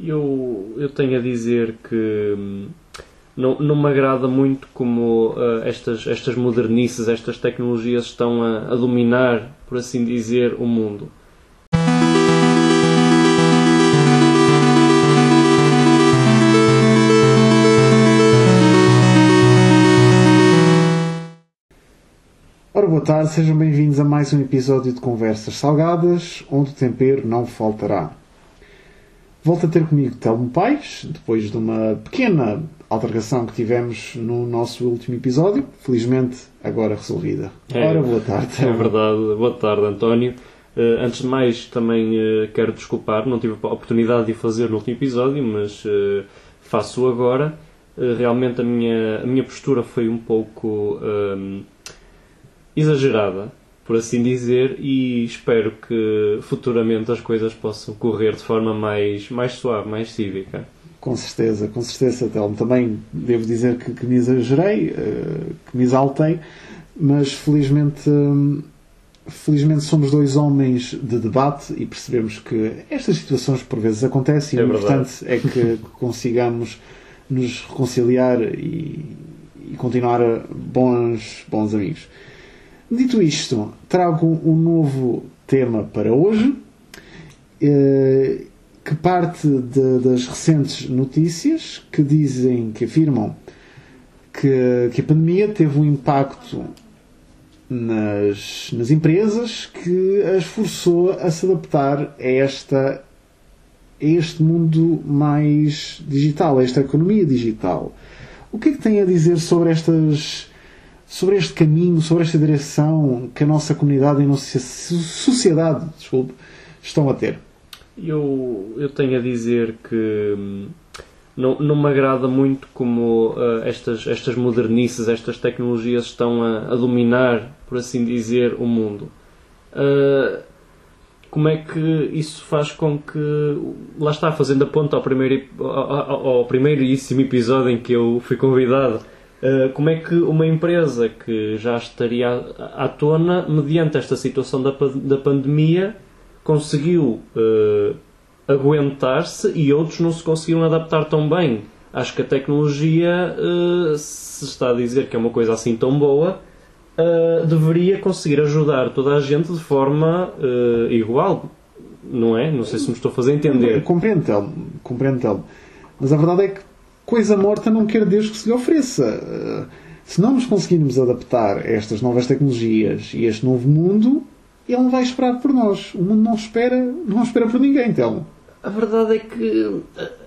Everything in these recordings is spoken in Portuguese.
Eu tenho a dizer que não me agrada muito como estas modernices, estas tecnologias estão a dominar, por assim dizer, o mundo. Ora, boa tarde, sejam bem-vindos a mais um episódio de Conversas Salgadas, onde o tempero não faltará. Volto a ter comigo Telmo Paes, depois de uma pequena alteração que tivemos no nosso último episódio, felizmente agora resolvida. Ora, boa tarde, Telmo. É verdade, boa tarde, António. Antes de mais, também quero desculpar, não tive a oportunidade de fazer no último episódio, mas faço agora. Realmente a minha postura foi um pouco exagerada, por assim dizer, e espero que futuramente as coisas possam correr de forma mais suave, mais cívica. Com certeza, Telmo. Também devo dizer que me exagerei, que me exaltei, mas felizmente somos dois homens de debate e percebemos que estas situações por vezes acontecem e o importante é que consigamos nos reconciliar e continuar bons amigos. Dito isto, trago um novo tema para hoje, que parte das recentes notícias que afirmam que a pandemia teve um impacto nas empresas que as forçou a se adaptar a este mundo mais digital, a esta economia digital. O que é que tem a dizer sobre este caminho, sobre esta direção que a nossa comunidade e a nossa sociedade, estão a ter? Eu tenho a dizer que não me agrada muito como estas modernices, estas tecnologias estão a dominar, por assim dizer, o mundo. Como é que isso faz com que, lá está, fazendo a ponta ao primeiríssimo episódio em que eu fui convidado, como é que uma empresa que já estaria à tona, mediante esta situação da pandemia, conseguiu aguentar-se e outros não se conseguiram adaptar tão bem? Acho que a tecnologia, se está a dizer que é uma coisa assim tão boa, deveria conseguir ajudar toda a gente de forma igual, não é? Não sei se me estou a fazer entender. Compreendo, Telmo. Mas a verdade é que coisa morta não quer Deus que se lhe ofereça. Se não nos conseguirmos adaptar a estas novas tecnologias e a este novo mundo, ele não vai esperar por nós. O mundo não espera por ninguém, Telmo. A verdade é que,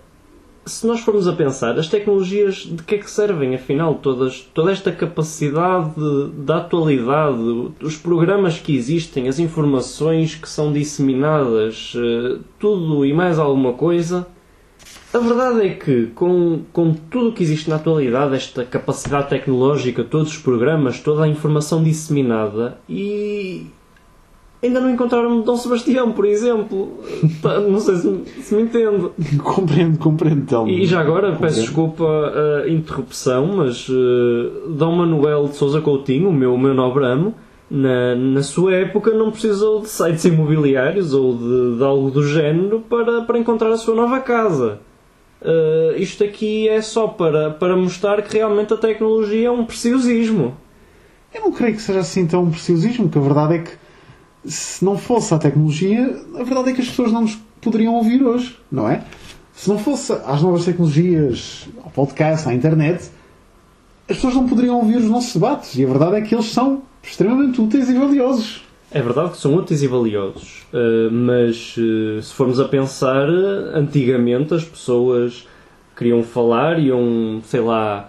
se nós formos a pensar, as tecnologias de que é que servem, afinal? Toda esta capacidade da atualidade, os programas que existem, as informações que são disseminadas, tudo e mais alguma coisa. A verdade é que, com tudo o que existe na atualidade, esta capacidade tecnológica, todos os programas, toda a informação disseminada, e ainda não encontraram Dom Sebastião, por exemplo. Não sei se me entende. Compreendo, Telmo. E já agora, peço desculpa a interrupção, mas Dom Manuel de Sousa Coutinho, o meu nobre amo, na sua época não precisou de sites imobiliários ou de algo do género para encontrar a sua nova casa. Isto aqui é só para mostrar que realmente a tecnologia é um preciosismo. Eu não creio que seja assim tão um preciosismo, que a verdade é que, se não fosse a tecnologia, a verdade é que as pessoas não nos poderiam ouvir hoje, não é? Se não fosse as novas tecnologias, ao podcast, à internet, as pessoas não poderiam ouvir os nossos debates. E a verdade é que eles são extremamente úteis e valiosos. É verdade que são úteis e valiosos, mas se formos a pensar, antigamente as pessoas queriam falar, iam, sei lá,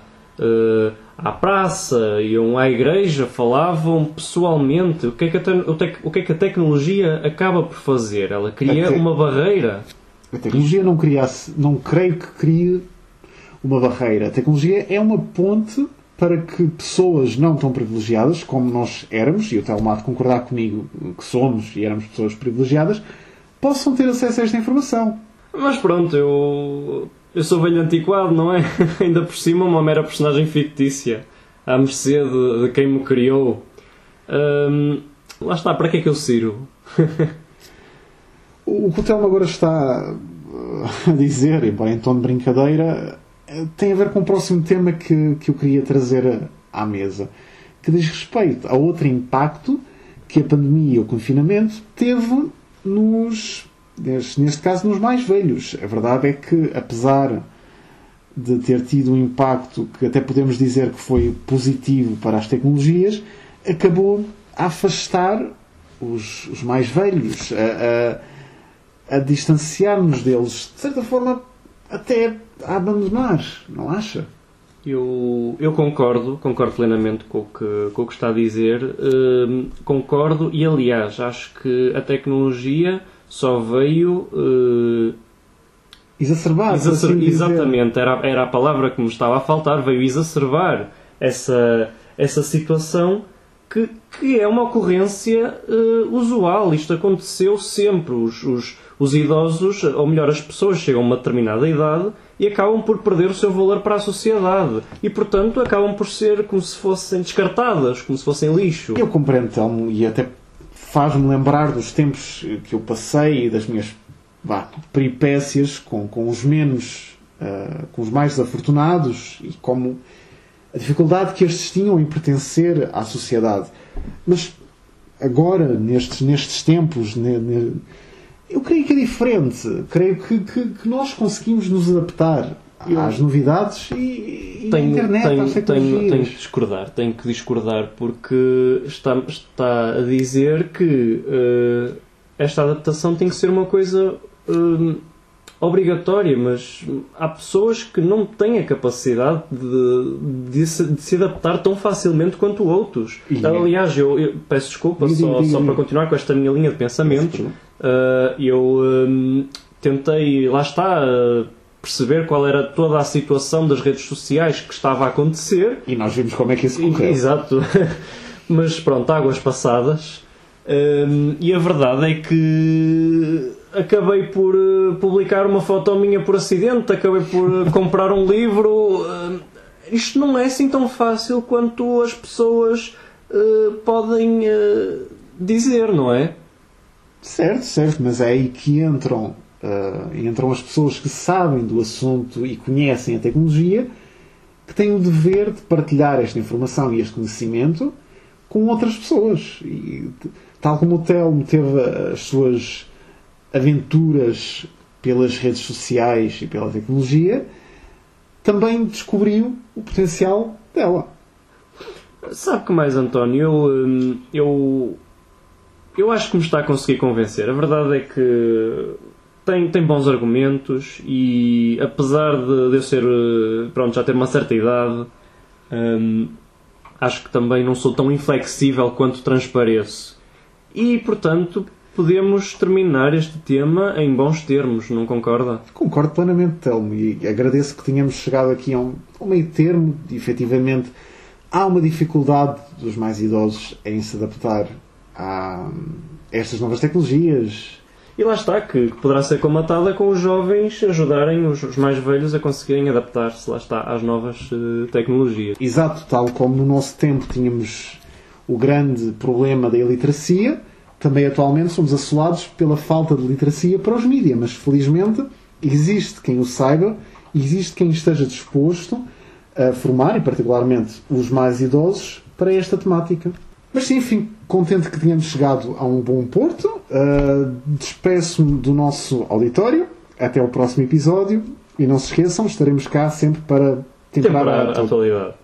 à praça, iam à igreja, falavam pessoalmente. O que é que a tecnologia acaba por fazer? Ela cria uma barreira. A tecnologia não creio que crie uma barreira. A tecnologia é uma ponte para que pessoas não tão privilegiadas, como nós éramos, e o Telmo há de concordar comigo que somos e éramos pessoas privilegiadas, possam ter acesso a esta informação. Mas pronto, eu sou velho antiquado, não é? Ainda por cima uma mera personagem fictícia, à mercê de quem me criou. Lá está, para que é que eu sirvo? O que o Telmo agora está a dizer, embora em tom de brincadeira, tem a ver com o próximo tema que eu queria trazer à mesa, que diz respeito a outro impacto que a pandemia e o confinamento teve neste caso, nos mais velhos. A verdade é que, apesar de ter tido um impacto que até podemos dizer que foi positivo para as tecnologias, acabou a afastar os mais velhos, a distanciar-nos deles, de certa forma até a abandonar, não acha? Eu concordo plenamente com o que está a dizer, concordo, e aliás acho que a tecnologia só veio exacerbar, exatamente, era a palavra que me estava a faltar, veio exacerbar essa situação que é uma ocorrência usual. Isto aconteceu sempre. Os idosos, ou melhor, as pessoas chegam a uma determinada idade e acabam por perder o seu valor para a sociedade. E, portanto, acabam por ser como se fossem descartadas, como se fossem lixo. Eu compreendo, Telmo, e até faz-me lembrar dos tempos que eu passei e das minhas peripécias com os menos, com os mais desafortunados, e como a dificuldade que estes tinham em pertencer à sociedade. Mas agora, nestes tempos, eu creio que é diferente. Creio que nós conseguimos nos adaptar às novidades e à internet, às tecnologias. Tenho que discordar, porque está a dizer que esta adaptação tem que ser uma coisa obrigatória, mas há pessoas que não têm a capacidade de se adaptar tão facilmente quanto outros. Aliás, eu peço desculpa, só para continuar com esta minha linha de pensamento, eu tentei, lá está, perceber qual era toda a situação das redes sociais que estava a acontecer. E nós vimos como é que isso correu. Exato. Mas pronto, águas passadas. E a verdade é que acabei por publicar uma foto minha por acidente, acabei por comprar um livro. Isto não é assim tão fácil quanto as pessoas podem dizer, não é? Certo, mas é aí que entram as pessoas que sabem do assunto e conhecem a tecnologia, que têm o dever de partilhar esta informação e este conhecimento com outras pessoas. E, tal como o Telmo teve as suas aventuras pelas redes sociais e pela tecnologia, também descobriu o potencial dela. Sabe que mais, António? Eu acho que me está a conseguir convencer. A verdade é que tem bons argumentos e, apesar de eu ser, já ter uma certa idade, acho que também não sou tão inflexível quanto transpareço. E, portanto, podemos terminar este tema em bons termos, não concorda? Concordo plenamente, Telmo, e agradeço que tenhamos chegado aqui a um meio termo. E, efetivamente, há uma dificuldade dos mais idosos em se adaptar a estas novas tecnologias. E lá está, que poderá ser comatada com os jovens ajudarem os mais velhos a conseguirem adaptar-se, lá está, às novas tecnologias. Exato, tal como no nosso tempo tínhamos o grande problema da iliteracia, também atualmente somos assolados pela falta de literacia para os mídias, mas felizmente existe quem o saiba, existe quem esteja disposto a formar, e particularmente os mais idosos, para esta temática. Mas sim, enfim, contente que tenhamos chegado a um bom porto. Despeço-me do nosso auditório. Até ao próximo episódio. E não se esqueçam, estaremos cá sempre para temperar a atualidade.